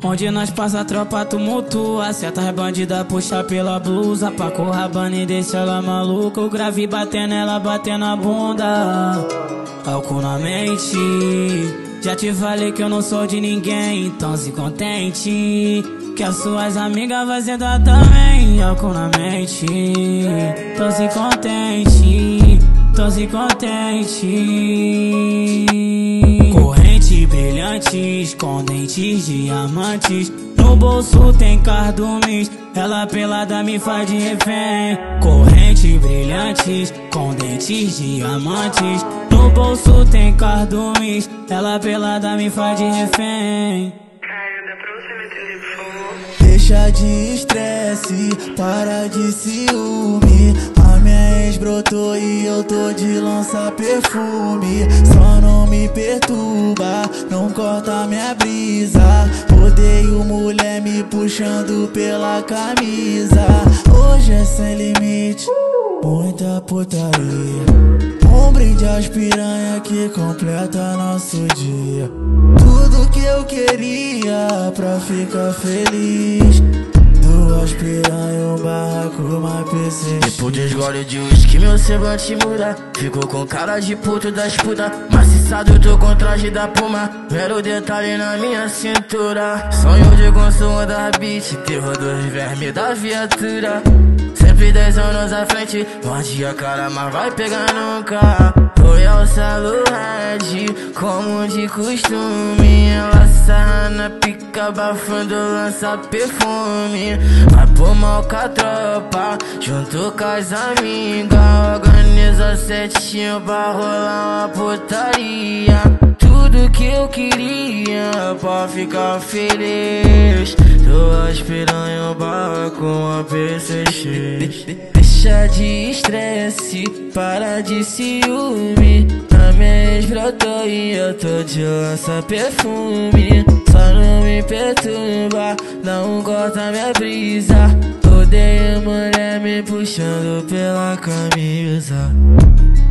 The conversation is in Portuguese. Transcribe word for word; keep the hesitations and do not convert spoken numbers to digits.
Onde nós passa a tropa tumultua, seta as bandida puxa pela blusa, Paco Rabanne e deixa ela maluca, o grave batendo ela batendo a bunda. Álcool na mente, já te falei que eu não sou de ninguém, então se contente, que as suas amigas vai sentar também. Álcool na mente, então se contente, então se contente. Corrente brilhantes, com dentes diamantes, no bolso tem cardumes, ela pelada me faz de refém. Corrente brilhantes, com dentes diamantes, no bolso tem cardumes, ela pelada me faz de refém. Caio, dá pra você me entender, por favor? Deixa de estresse, para de ciúme. A minha ex brotou e eu tô de lança perfume. Só não me perturba, não corta minha brisa. Odeio mulher me puxando pela camisa. Hoje é sem limite, muita putaria. Um brinde às piranha que completa nosso dia. Tudo que eu queria pra ficar feliz. Duas piranha, um barraco, uma P C X. Depois de gole de uísque meu semblante muda, ficou com cara de puto das puta. Maciçado, tô com traje da Puma, vero detalhe na minha cintura. Sonho de consumo da beat, terror dos vermes da viatura. Sempre dez anos à frente, morde a cara, mas vai pegar nunca. Royal Salo Red, como de costume. Ela sarra na pica, abafando, lança perfume. Vai pôr mal com a tropa, junto com as amigas. Organiza setinho pra rolar uma putaria. Tudo que eu queria pra ficar feliz. Duas piranha, um barraco, uma P C X. Deixa de estresse, para de ciúme. A minha ex brotou e eu tô de lança perfume. Só não me perturba, não corta minha brisa. Odeio mulher me puxando pela camisa.